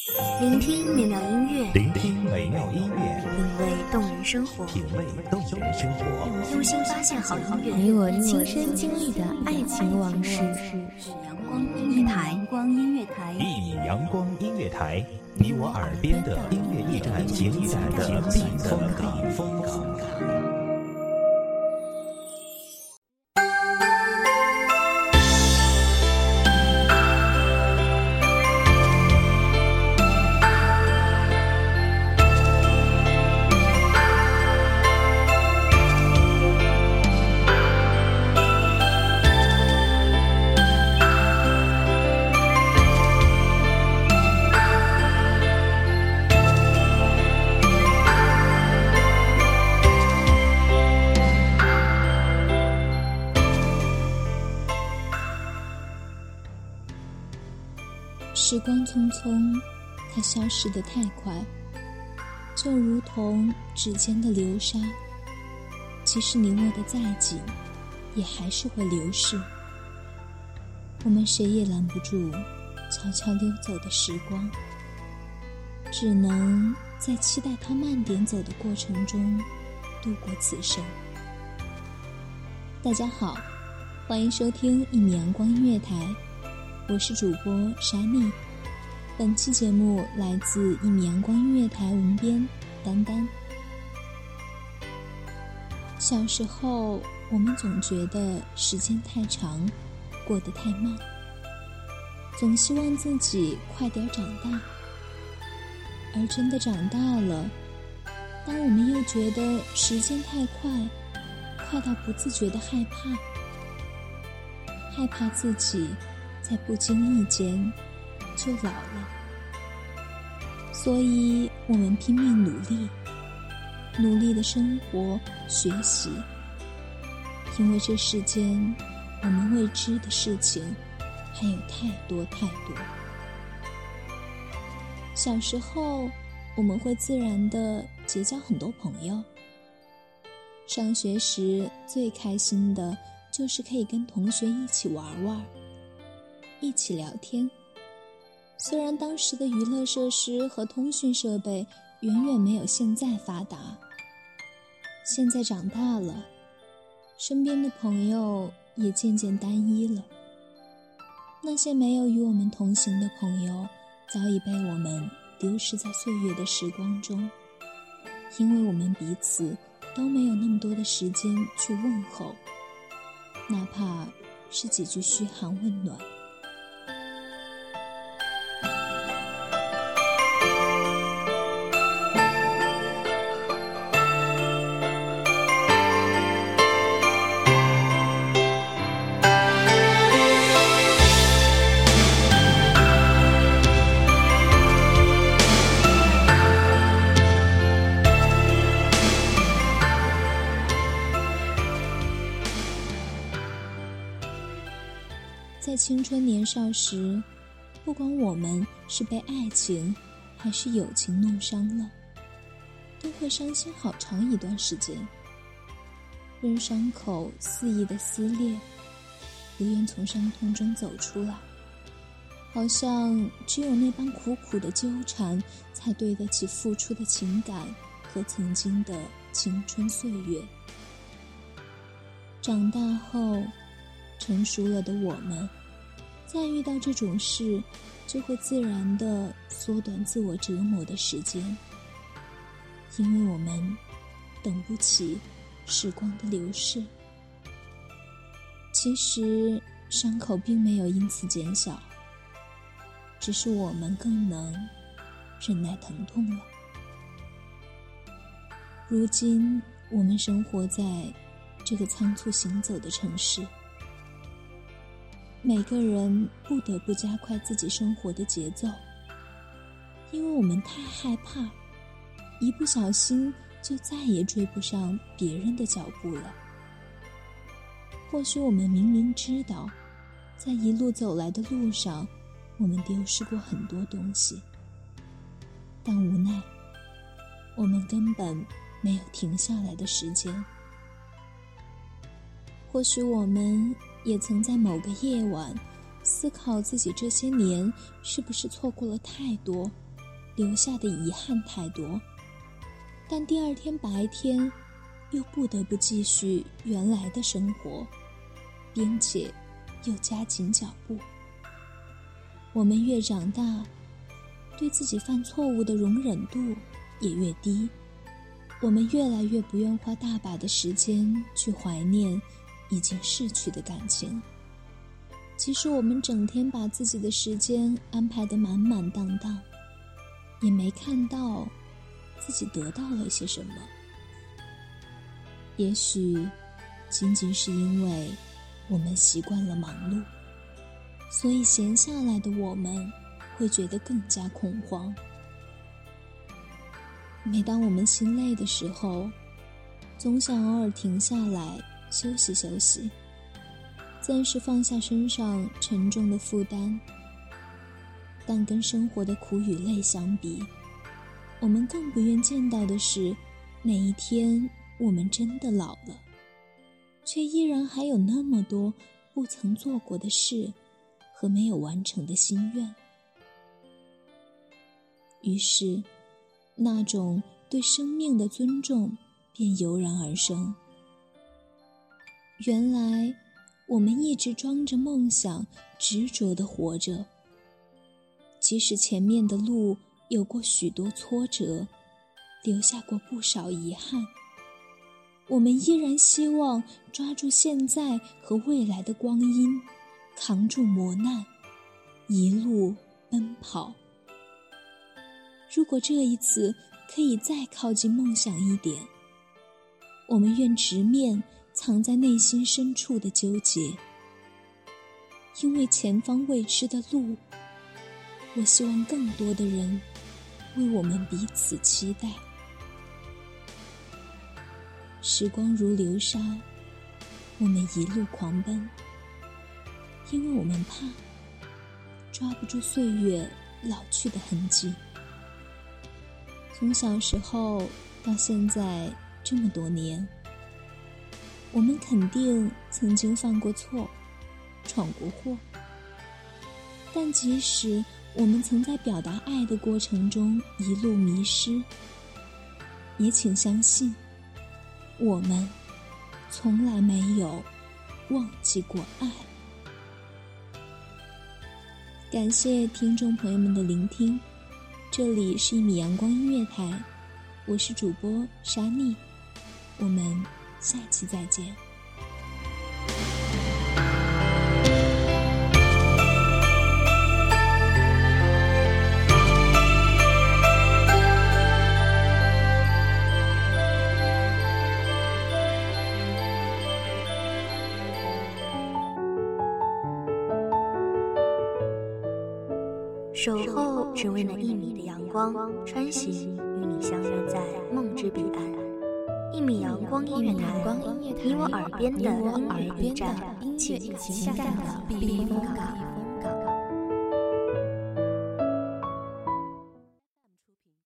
聆听美妙音乐， 聆听美妙音乐， 品味动人生活， 品味动人生活， 用心发现好音乐， 你我亲身经历的爱情往事。 阳光音乐台，阳光音乐台， 一米阳光音乐台，你我耳边的音乐驿站，情感的避风港。 时光匆匆，它消失得太快，就如同指尖的流沙，即使你握得再紧，也还是会流逝。我们谁也拦不住悄悄溜走的时光，只能在期待它慢点走的过程中度过此生。大家好，欢迎收听一米阳光音乐台，我是主播莎妮。本期节目来自一米阳光音乐台文编丹丹。小时候，我们总觉得时间太长，过得太慢，总希望自己快点长大。而真的长大了，当我们又觉得时间太快，快到不自觉的害怕自己在不经意间就老了，所以我们拼命努力的生活学习，因为这世间我们未知的事情还有太多。小时候我们会自然地结交很多朋友，上学时最开心的就是可以跟同学一起玩，一起聊天。虽然当时的娱乐设施和通讯设备远远没有现在发达，现在长大了，身边的朋友也渐渐单一了。那些没有与我们同行的朋友，早已被我们丢失在岁月的时光中，因为我们彼此都没有那么多的时间去问候，哪怕是几句嘘寒问暖。在青春年少时，不管我们是被爱情还是友情弄伤了，都会伤心好长一段时间，任伤口肆意的撕裂，不愿从伤痛中走出来，好像只有那般苦苦的纠缠，才对得起付出的情感和曾经的青春岁月。长大后，成熟了的我们，在遇到这种事，就会自然地缩短自我折磨的时间，因为我们等不起时光的流逝。其实伤口并没有因此减小，只是我们更能忍耐疼痛了。如今我们生活在这个仓促行走的城市，每个人不得不加快自己生活的节奏，因为我们太害怕，一不小心就再也追不上别人的脚步了。或许我们明明知道，在一路走来的路上，我们丢失过很多东西，但无奈，我们根本没有停下来的时间。或许我们也曾在某个夜晚思考自己这些年是不是错过了太多， 留下的遗憾太多，但第二天白天又不得不继续原来的生活，并且又加紧脚步。我们越长大，对自己犯错误的容忍度也越低，我们越来越不愿花大把的时间去怀念已经逝去的感情。即使我们整天把自己的时间安排得满满当当，也没看到自己得到了些什么。也许仅仅是因为我们习惯了忙碌，所以闲下来的我们会觉得更加恐慌。每当我们心累的时候，总想偶尔停下来休息休息，暂时放下身上沉重的负担。但跟生活的苦与累相比，我们更不愿见到的是，哪一天我们真的老了，却依然还有那么多不曾做过的事和没有完成的心愿。于是那种对生命的尊重便油然而生。原来我们一直装着梦想，执着地活着，即使前面的路有过许多挫折，留下过不少遗憾，我们依然希望抓住现在和未来的光阴，扛住磨难，一路奔跑。如果这一次可以再靠近梦想一点，我们愿直面藏在内心深处的纠结。因为前方未知的路，我希望更多的人为我们彼此期待。时光如流沙，我们一路狂奔，因为我们怕抓不住岁月老去的痕迹。从小时候到现在这么多年，我们肯定曾经犯过错，闯过祸。但即使我们曾在表达爱的过程中一路迷失，也请相信，我们从来没有忘记过爱。感谢听众朋友们的聆听，这里是1米阳光音乐台，我是主播沙妮，我们下期再见。 守候只为那1米的阳光，穿行与你相约在梦之彼岸。1米阳光音乐台，你我耳边的音乐驿站，情感的避风港。